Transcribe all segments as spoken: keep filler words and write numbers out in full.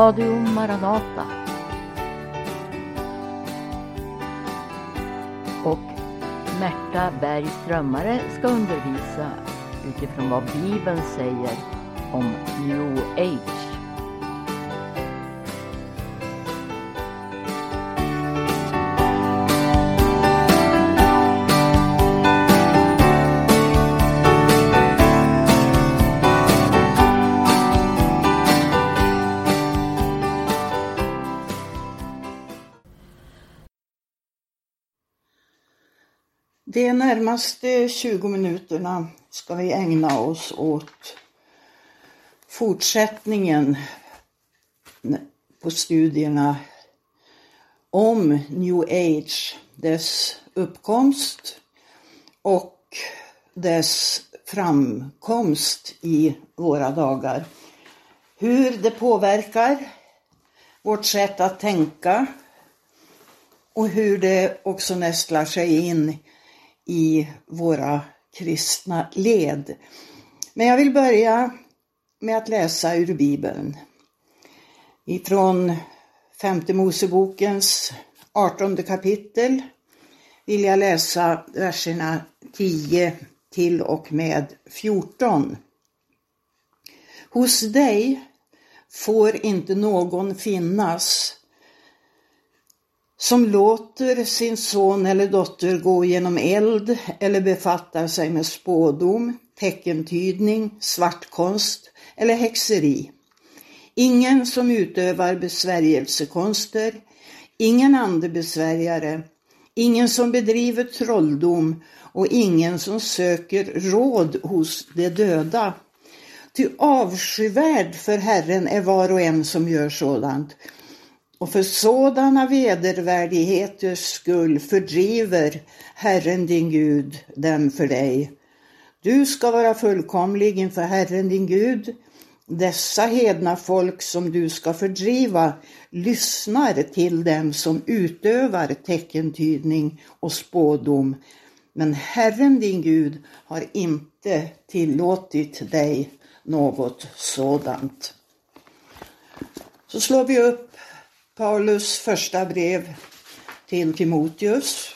Radio Maranata. Och Märta Bergströmmare ska undervisa utifrån vad Bibeln säger om New Age. De närmaste tjugo minuterna ska vi ägna oss åt fortsättningen på studierna om New Age, dess uppkomst och dess framkomst i våra dagar. Hur det påverkar vårt sätt att tänka och hur det också nästlar sig in i våra kristna led. Men jag vill börja med att läsa ur Bibeln. Ifrån femte Mosebokens artonde kapitel vill jag läsa verserna tio till och med fjorton. Hos dig får inte någon finnas som låter sin son eller dotter gå genom eld eller befattar sig med spådom, teckentydning, svartkonst eller häxeri. Ingen som utövar besvärjelsekonster, ingen andebesvärjare, ingen som bedriver trolldom och ingen som söker råd hos de döda. Ty avskyvärd för Herren är var och en som gör sådant. Och för sådana vedervärdigheters skull fördriver Herren din Gud dem för dig. Du ska vara fullkomlig inför Herren din Gud. Dessa hedna folk som du ska fördriva lyssnar till dem som utövar teckentydning och spådom. Men Herren din Gud har inte tillåtit dig något sådant. Så slår vi upp Paulus första brev till Timoteus,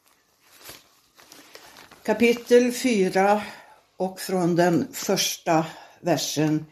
kapitel fyra och från den första versen.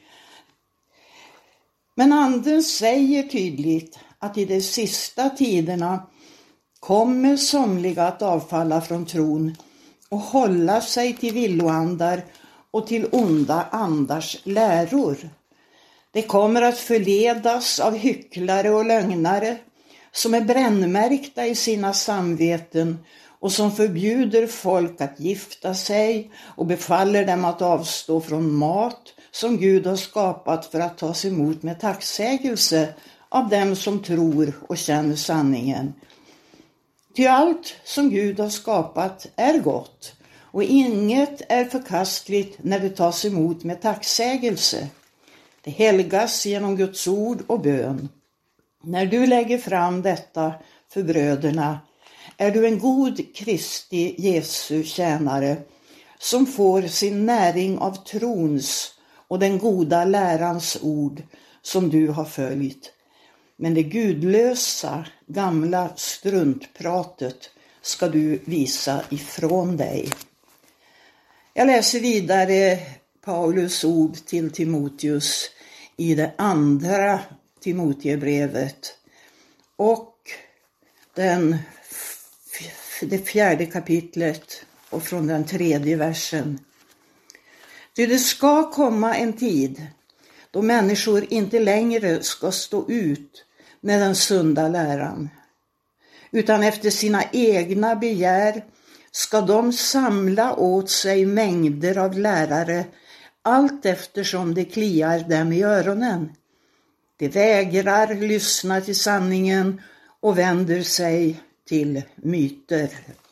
Men anden säger tydligt att i de sista tiderna kommer somliga att avfalla från tron och hålla sig till villoandar och till onda andars läror. Det kommer att förledas av hycklare och lögnare som är brännmärkta i sina samveten och som förbjuder folk att gifta sig och befaller dem att avstå från mat som Gud har skapat för att tas emot med tacksägelse av dem som tror och känner sanningen. Ty allt som Gud har skapat är gott och inget är förkastligt när det tas emot med tacksägelse. Det helgas genom Guds ord och bön. När du lägger fram detta för bröderna är du en god Kristi Jesu tjänare som får sin näring av trons och den goda lärans ord som du har följt. Men det gudlösa, gamla struntpratet ska du visa ifrån dig. Jag läser vidare Paulus ord till Timoteus i det andra Timoteusbrevet och den, det fjärde kapitlet och från den tredje versen. Ty det ska komma en tid då människor inte längre ska stå ut med den sunda läran, utan efter sina egna begär ska de samla åt sig mängder av lärare allt eftersom det kliar dem i öronen. De vägrar lyssna till sanningen och vänder sig till myter.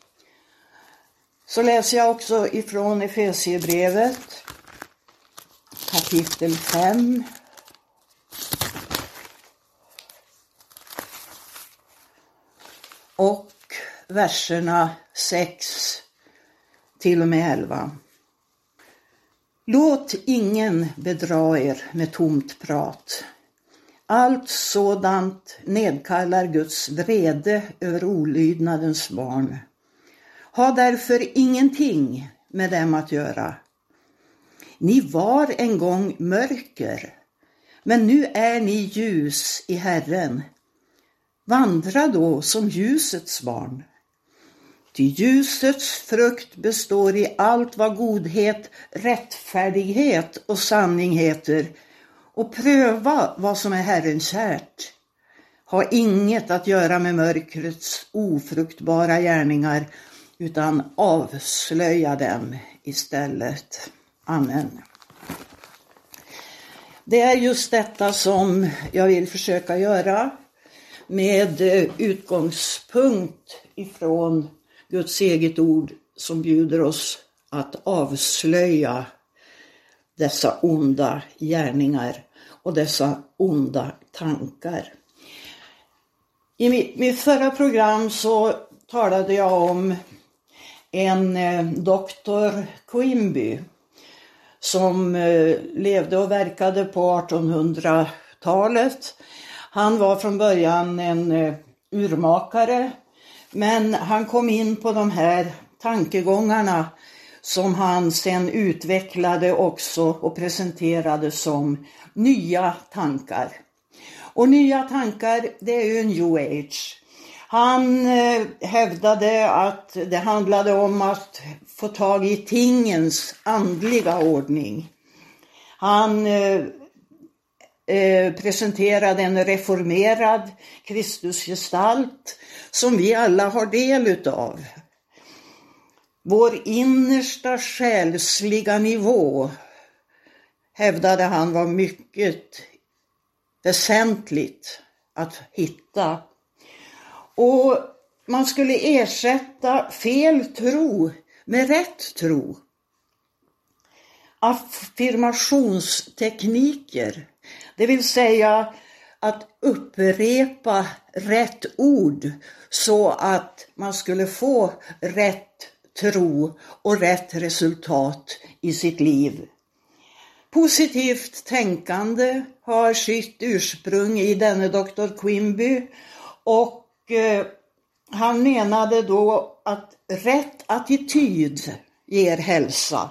Så läser jag också ifrån Efesierbrevet kapitel fem. Och verserna sex till och med elva. Låt ingen bedra er med tomt prat. Allt sådant nedkallar Guds vrede över olydnadens barn. Ha därför ingenting med dem att göra. Ni var en gång mörker, men nu är ni ljus i Herren. Vandra då som ljusets barn. Ty ljusets frukt består i allt vad godhet, rättfärdighet och sanning heter, och pröva vad som är Herren kärt. Ha inget att göra med mörkrets ofruktbara gärningar, utan avslöja dem istället. Amen. Det är just detta som jag vill försöka göra med utgångspunkt ifrån Guds eget ord som bjuder oss att avslöja dessa onda gärningar och dessa onda tankar. I mitt förra program så talade jag om en doktor Quimby som levde och verkade på artonhundratalet. Han var från början en urmakare, men han kom in på de här tankegångarna som han sen utvecklade också och presenterade som nya tankar. Och nya tankar, det är ju new age. Han eh, hävdade att det handlade om att få tag i tingens andliga ordning. Han eh, eh, presenterade en reformerad Kristusgestalt som vi alla har del utav. Vår innersta själsliga nivå, hävdade han, var mycket väsentligt att hitta. Och man skulle ersätta fel tro med rätt tro. Affirmationstekniker, det vill säga att upprepa rätt ord så att man skulle få rätt tro och rätt resultat i sitt liv. Positivt tänkande har sitt ursprung i denne doktor Quimby, och eh, han menade då att rätt attityd ger hälsa.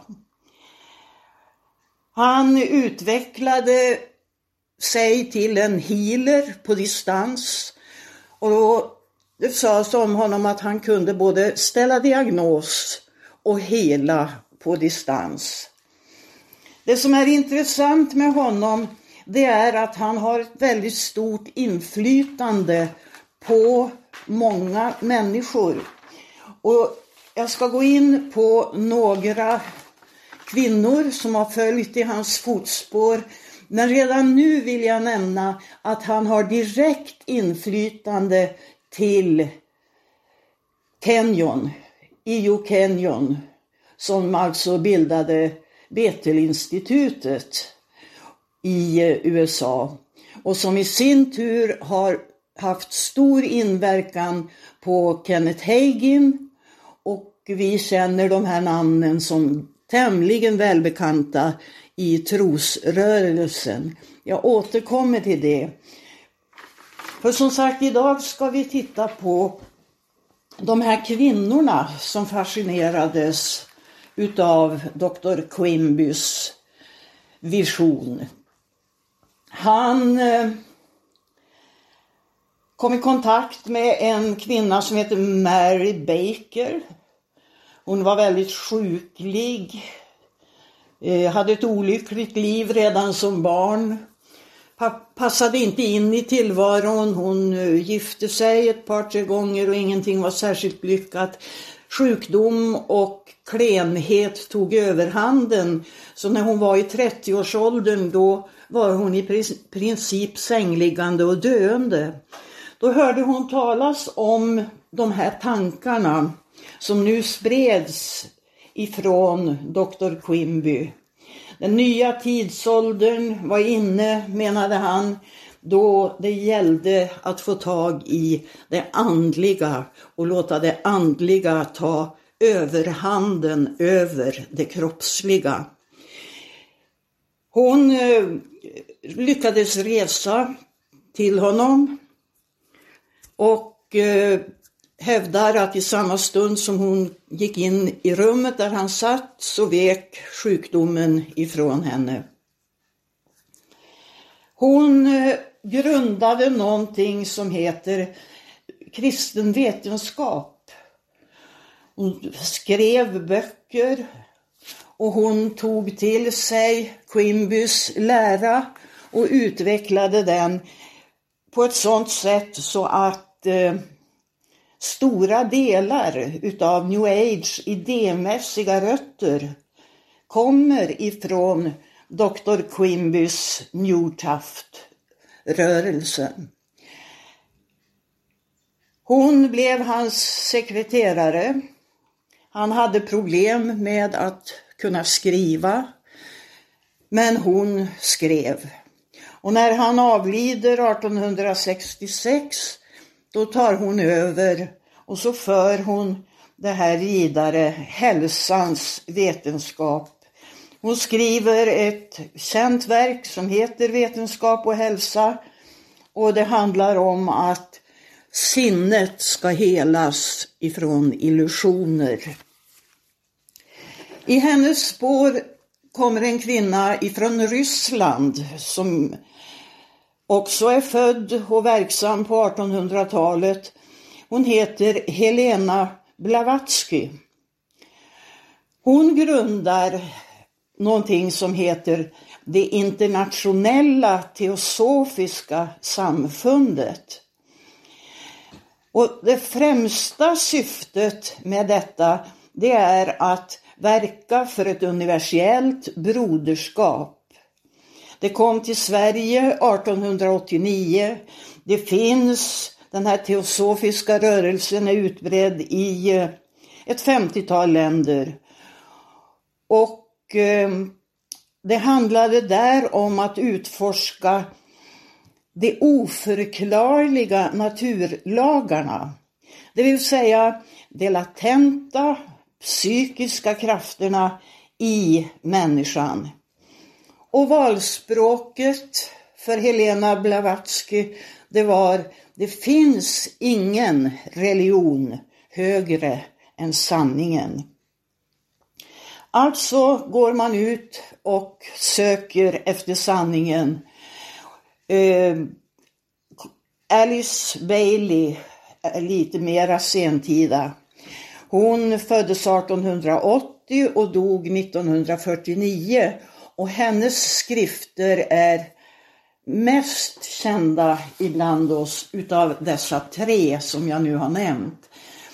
Han utvecklade sig till en healer på distans, och det sades om honom att han kunde både ställa diagnos och hela på distans. Det som är intressant med honom, det är att han har ett väldigt stort inflytande på många människor. Och jag ska gå in på några kvinnor som har följt i hans fotspår. Men redan nu vill jag nämna att han har direkt inflytande till Kenyon, I O Kenyon, som alltså bildade Betel-institutet i U S A, och som i sin tur har haft stor inverkan på Kenneth Hagin, och vi känner de här namnen som tämligen välbekanta i trosrörelsen. Jag återkommer till det. För som sagt, idag ska vi titta på de här kvinnorna som fascinerades utav doktor Quimbys vision. Han eh, kom i kontakt med en kvinna som heter Mary Baker. Hon var väldigt sjuklig, eh, hade ett olyckligt liv redan som barn. Passade inte in i tillvaron. Hon gifte sig ett par tre gånger och ingenting var särskilt lyckat. Sjukdom och klenhet tog överhanden. Så när hon var i trettioårsåldern, då var hon i princip sängliggande och döende. Då hörde hon talas om de här tankarna som nu spreds ifrån doktor Quimby. Den nya tidsåldern var inne, menade han, då det gällde att få tag i det andliga och låta det andliga ta överhanden över det kroppsliga. Hon eh, lyckades resa till honom och eh, hävdar att i samma stund som hon gick in i rummet där han satt så vek sjukdomen ifrån henne. Hon eh, grundade någonting som heter kristen vetenskap. Hon skrev böcker och hon tog till sig Quimbys lära och utvecklade den på ett sådant sätt så att eh, stora delar utav New Age idémässiga rötter kommer ifrån doktor Quimbys Newtaft-rörelsen. Hon blev hans sekreterare. Han hade problem med att kunna skriva, men hon skrev. Och när han avlider arton sextiosex, då tar hon över och så för hon det här vidare, hälsans vetenskap. Hon skriver ett känt verk som heter Vetenskap och hälsa, och det handlar om att sinnet ska helas ifrån illusioner. I hennes spår kommer en kvinna ifrån Ryssland som också är född och verksam på artonhundratalet. Hon heter Helena Blavatsky. Hon grundar någonting som heter det internationella teosofiska samfundet. Och det främsta syftet med detta, det är att verka för ett universellt broderskap. Det kom till Sverige artonhundraåttionio. Det finns, den här teosofiska rörelsen är utbredd i ett femtiotal länder. Och eh, det handlade där om att utforska de oförklarliga naturlagarna. Det vill säga de latenta psykiska krafterna i människan. Och valspråket för Helena Blavatsky, det var: det finns ingen religion högre än sanningen. Alltså går man ut och söker efter sanningen. Eh, Alice Bailey är lite mera sentida. Hon föddes artonhundraåttio och dog nittonhundrafyrtionio, och hennes skrifter är mest kända ibland oss utav dessa tre som jag nu har nämnt.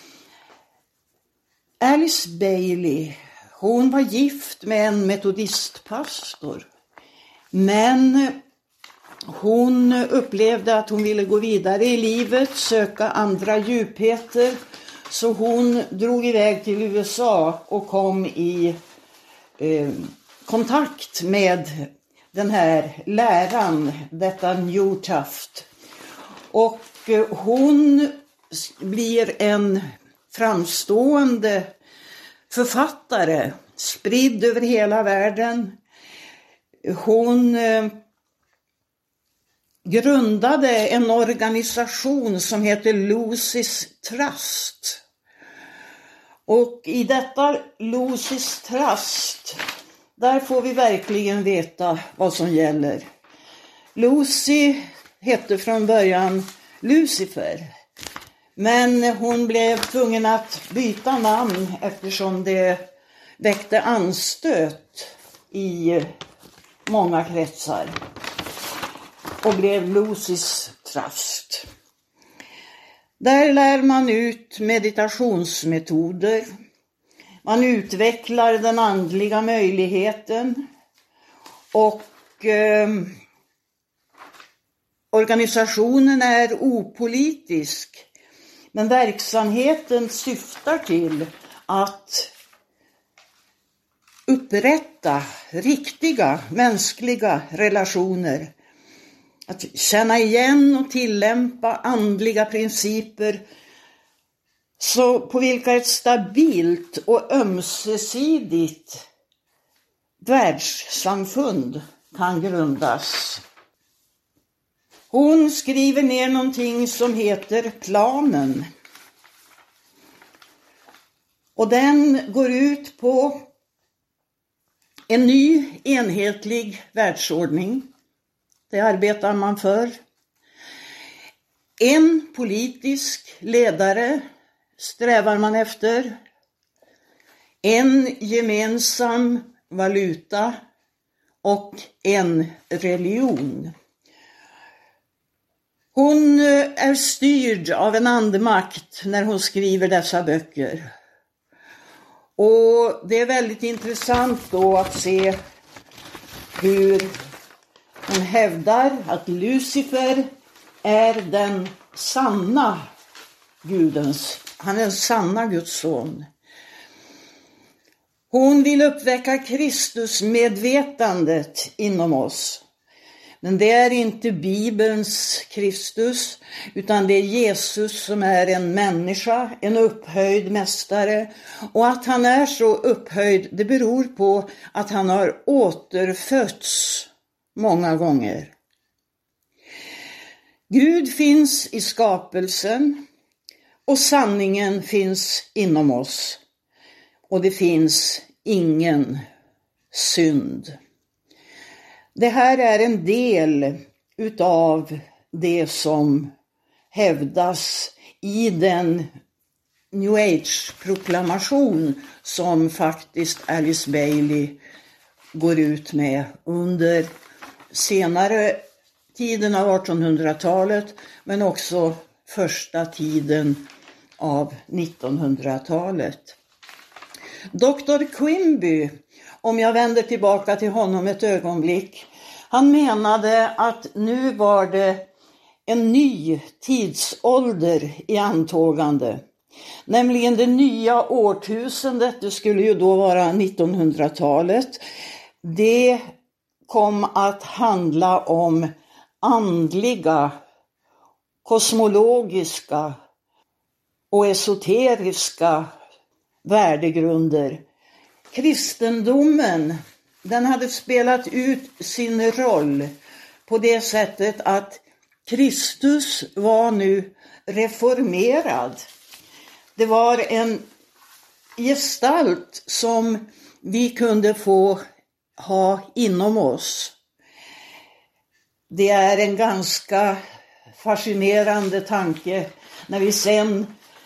Alice Bailey, hon var gift med en metodistpastor, men hon upplevde att hon ville gå vidare i livet, söka andra djupheter, så hon drog iväg till U S A och kom i eh, kontakt med den här läran, detta Newtaft. Och eh, hon blir en framstående författare, spridd över hela världen. Hon eh, grundade en organisation som heter Lucy's Trust. Och i detta Lucy's Trust, där får vi verkligen veta vad som gäller. Lucy hette från början Lucifer, men hon blev tvungen att byta namn eftersom det väckte anstöt i många kretsar, och blev Lucy's Trust. Där lär man ut meditationsmetoder. Man utvecklar den andliga möjligheten, och eh, organisationen är opolitisk. Men verksamheten syftar till att upprätta riktiga mänskliga relationer. Att känna igen och tillämpa andliga principer så på vilka ett stabilt och ömsesidigt världssamfund kan grundas. Hon skriver ner någonting som heter planen. Och den går ut på en ny enhetlig världsordning. Det arbetar man för. En politisk ledare strävar man efter. En gemensam valuta och en religion. Hon är styrd av en andemakt när hon skriver dessa böcker. Och det är väldigt intressant då att se hur hon hävdar att Lucifer är den sanna Gudens, han är den sanna Guds son. Hon vill uppväcka Kristus medvetandet inom oss. Men det är inte Bibelns Kristus, utan det är Jesus som är en människa, en upphöjd mästare. Och att han är så upphöjd, det beror på att han har återfötts många gånger. Gud finns i skapelsen och sanningen finns inom oss. Och det finns ingen synd. Det här är en del utav det som hävdas i den New Age-proklamation som faktiskt Alice Bailey går ut med under senare tiden av artonhundratalet men också första tiden av nittonhundratalet. doktor Quimby, om jag vänder tillbaka till honom ett ögonblick, han menade att nu var det en ny tidsålder i antågande. Nämligen det nya årtusendet, det skulle ju då vara nittonhundratalet, det kom att handla om andliga, kosmologiska och esoteriska värdegrunder. Kristendomen, den hade spelat ut sin roll på det sättet att Kristus var nu reformerad. Det var en gestalt som vi kunde få ha inom oss. Det är en ganska fascinerande tanke när vi sen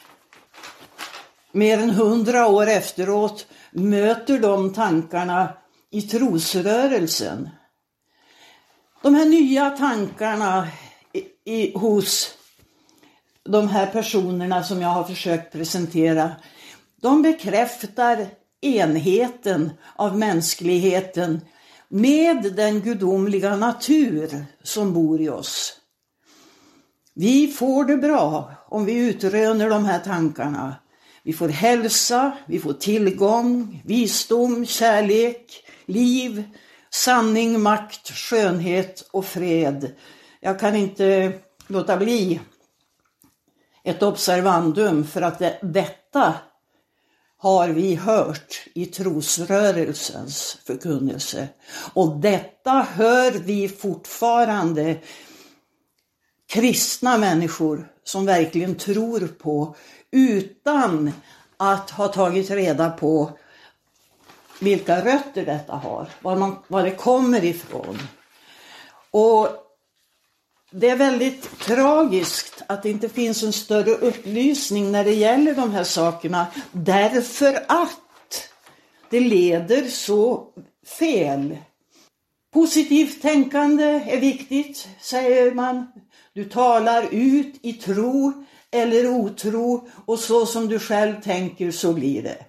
mer än hundra år efteråt möter de tankarna i trosrörelsen. De här nya tankarna i, i, hos de här personerna som jag har försökt presentera, de bekräftar enheten av mänskligheten med den gudomliga natur som bor i oss. Vi får det bra om vi utröner de här tankarna. Vi får hälsa, vi får tillgång, visdom, kärlek, liv, sanning, makt, skönhet och fred. Jag kan inte låta bli ett observandum för att det, detta har vi hört i trosrörelsens förkunnelse. Och detta hör vi fortfarande kristna människor som verkligen tror på utan att ha tagit reda på vilka rötter detta har, var, man, var det kommer ifrån. Och det är väldigt tragiskt att det inte finns en större upplysning när det gäller de här sakerna, därför att det leder så fel. Positivt tänkande är viktigt, säger man. Du talar ut i tro eller otro och så som du själv tänker så blir det.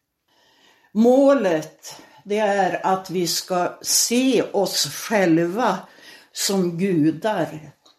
Målet, det är att vi ska se oss själva som gudar.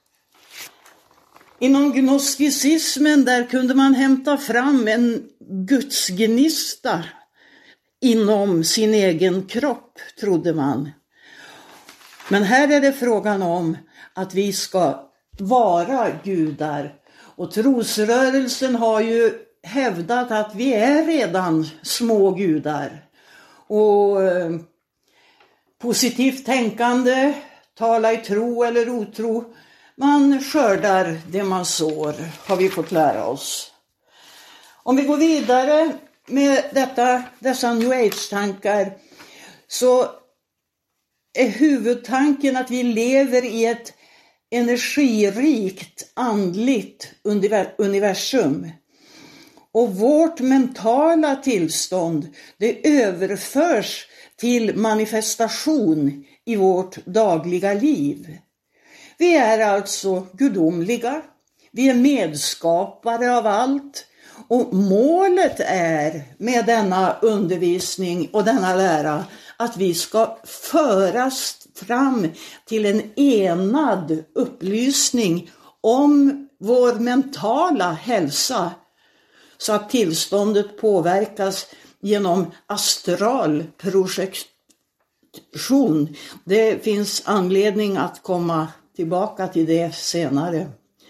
Inom gnosticismen där kunde man hämta fram en gudsgnista inom sin egen kropp, trodde man. Men här är det frågan om att vi ska vara gudar. Och trosrörelsen har ju hävdat att vi är redan små gudar. Och eh, positivt tänkande, tala i tro eller otro, Man skördar det man sår, har vi fått lära oss. Om vi går vidare med detta, dessa New Age-tankar, så är huvudtanken att vi lever i ett energirikt, andligt universum. Och vårt mentala tillstånd, det överförs till manifestation i vårt dagliga liv. Vi är alltså gudomliga, vi är medskapare av allt. Och målet är med denna undervisning och denna lära att vi ska föras fram till en enad upplysning om vår mentala hälsa, så att tillståndet påverkas genom astral projektion. Det finns anledning att komma tillbaka till det senare.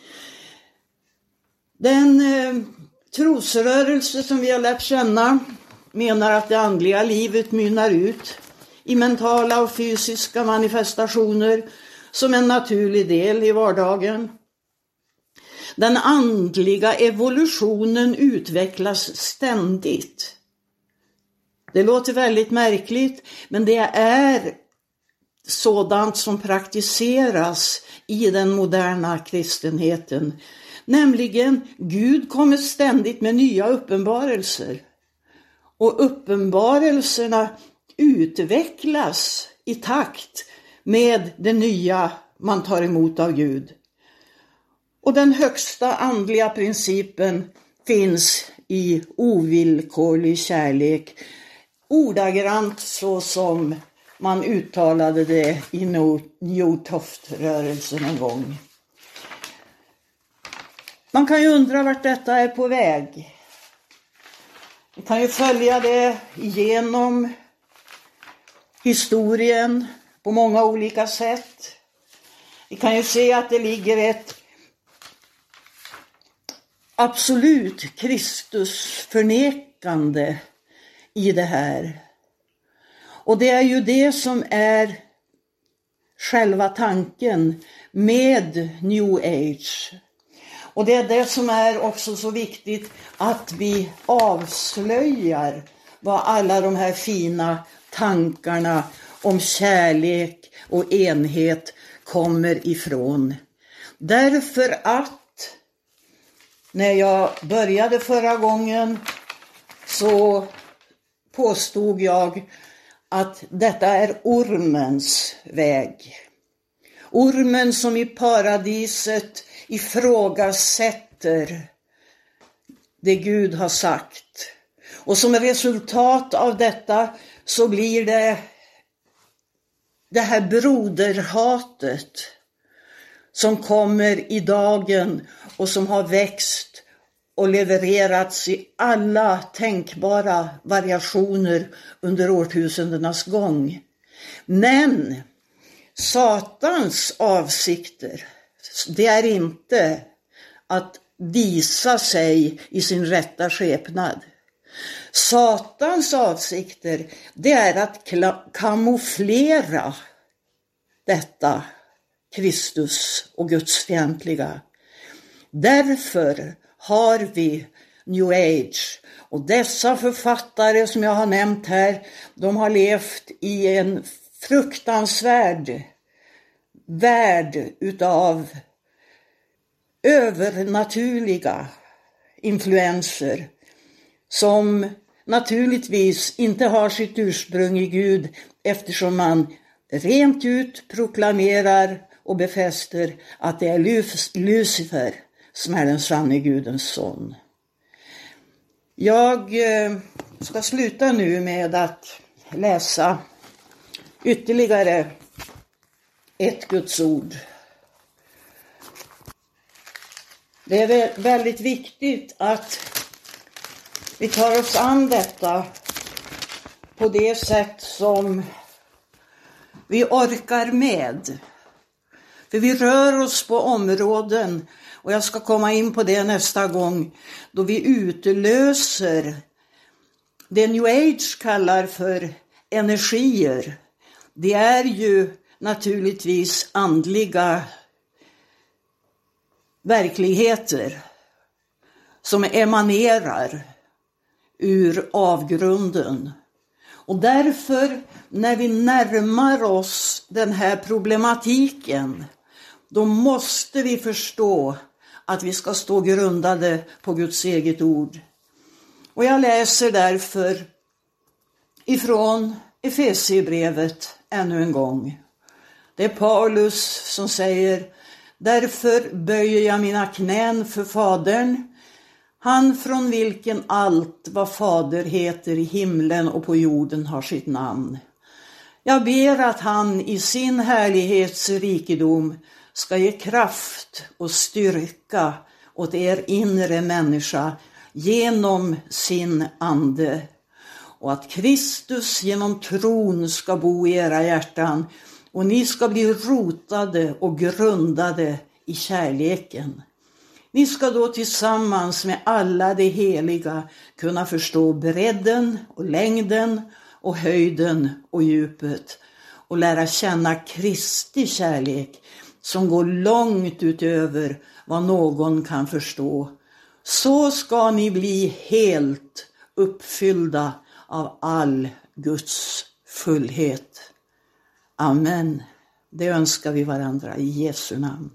Den eh, trosrörelse som vi har lärt känna menar att det andliga livet mynnar ut i mentala och fysiska manifestationer som en naturlig del i vardagen. Den andliga evolutionen utvecklas ständigt. Det låter väldigt märkligt, men det är sådant som praktiseras i den moderna kristenheten. Nämligen, Gud kommer ständigt med nya uppenbarelser. Och uppenbarelserna utvecklas i takt med det nya man tar emot av Gud. Och den högsta andliga principen finns i ovillkorlig kärlek. Ordagrant så som man uttalade det i Newtoft-rörelsen en gång. Man kan ju undra vart detta är på väg. Vi kan ju följa det genom historien på många olika sätt. Vi kan ju se att det ligger ett absolut Kristusförnekande i det här. Och det är ju det som är själva tanken med New Age. Och det är det som är också så viktigt, att vi avslöjar vad alla de här fina tankarna om kärlek och enhet kommer ifrån. Därför att när jag började förra gången så påstod jag att detta är ormens väg. Ormen som i paradiset ifrågasätter det Gud har sagt. Och som resultat av detta så blir det det här broderhatet som kommer i dagen och som har växt och levererats i alla tänkbara variationer under årtusendernas gång. Men Satans avsikter, det är inte att visa sig i sin rätta skepnad. Satans avsikter, det är att kamouflera detta Kristus och gudsfientliga. Därför har vi New Age. Och dessa författare som jag har nämnt här, de har levt i en fruktansvärd värld utav övernaturliga influenser som naturligtvis inte har sitt ursprung i Gud, eftersom man rent ut proklamerar och befäster att det är Lucifer som är den sanne Gudens son. Jag ska sluta nu med att läsa ytterligare ett Guds ord. Det är väldigt viktigt att vi tar oss an detta på det sätt som vi orkar med. För vi rör oss på områden, och jag ska komma in på det nästa gång, då vi utlöser det New Age kallar för energier. Det är ju naturligtvis andliga verkligheter som emanerar ur avgrunden. Och därför när vi närmar oss den här problematiken, då måste vi förstå att vi ska stå grundade på Guds eget ord. Och jag läser därför ifrån Efesierbrevet ännu en gång. Det är Paulus som säger: därför böjer jag mina knän för Fadern, han från vilken allt vad fader heter i himlen och på jorden har sitt namn. Jag ber att han i sin härlighets rikedom ska ge kraft och styrka åt er inre människa genom sin ande, och att Kristus genom tron ska bo i era hjärtan och ni ska bli rotade och grundade i kärleken. Ni ska då tillsammans med alla de heliga kunna förstå bredden och längden och höjden och djupet och lära känna Kristi kärlek som går långt utöver vad någon kan förstå. Så ska ni bli helt uppfyllda av all Guds fullhet. Amen. Det önskar vi varandra i Jesu namn.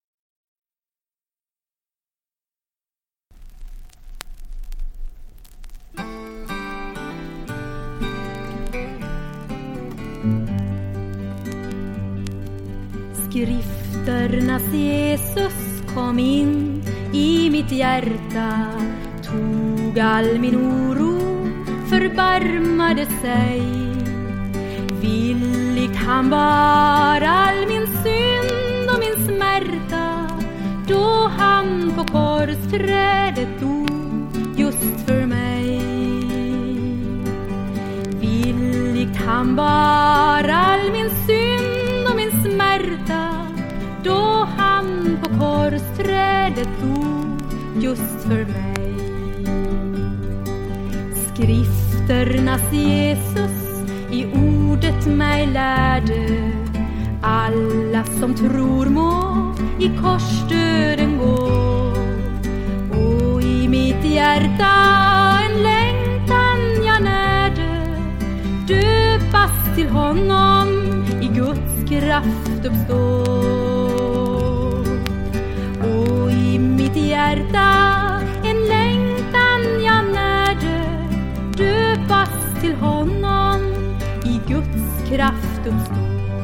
Skrifternas Jesus kom in i mitt hjärta, tog all min oro, förbarmade sig. Villigt han bar all min synd och min smärta, då han på korsträdet dog just för mig. Villigt han bar all min synd och min smärta, då han på korsträdet dog just för mig. Skrifternas Jesus i ordet mig lärde, alla som tror må i korsdöden gå. Och i mitt hjärta en längtan jag närde, döpas till honom i Guds kraft uppstå. Och i mitt hjärta en längtan jag närde, döpas till honom i Guds kraft uppstå.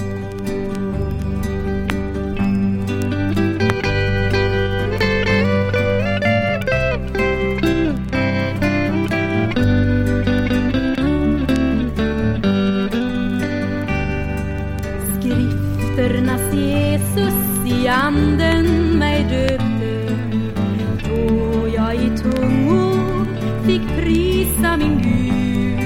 Skrifternas Jesus i anden mig döpte, då jag i tungor fick prisa min Gud.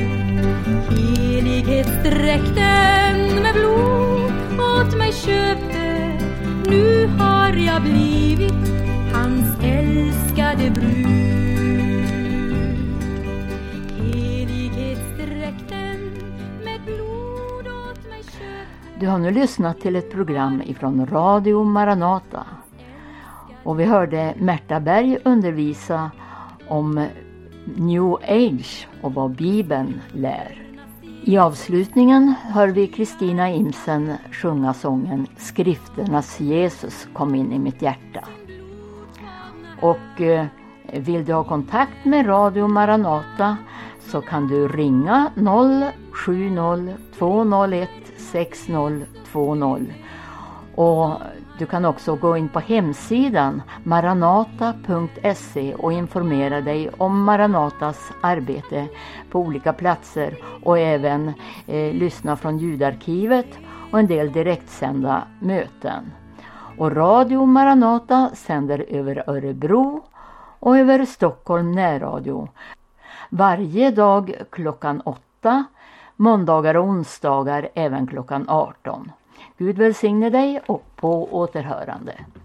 Helighetsdräkten med blod åt mig köpte, nu har jag blivit hans älskade brud. Helighetsdräkten med blod åt mig köpte. Du har nu lyssnat till ett program ifrån Radio Maranata. Och vi hörde Märta Berg undervisa om New Age och vad Bibeln lär. I avslutningen hör vi Kristina Imsen sjunga sången Skrifternas Jesus kom in i mitt hjärta. Och eh, vill du ha kontakt med Radio Maranata så kan du ringa noll sju noll två noll ett sex noll två noll. Och du kan också gå in på hemsidan maranata punkt se och informera dig om Maranatas arbete på olika platser och även eh, lyssna från ljudarkivet och en del direktsända möten. Och Radio Maranata sänder över Örebro och över Stockholm närradio varje dag klockan åtta, måndagar och onsdagar även klockan arton. Gud välsigne dig och på återhörande.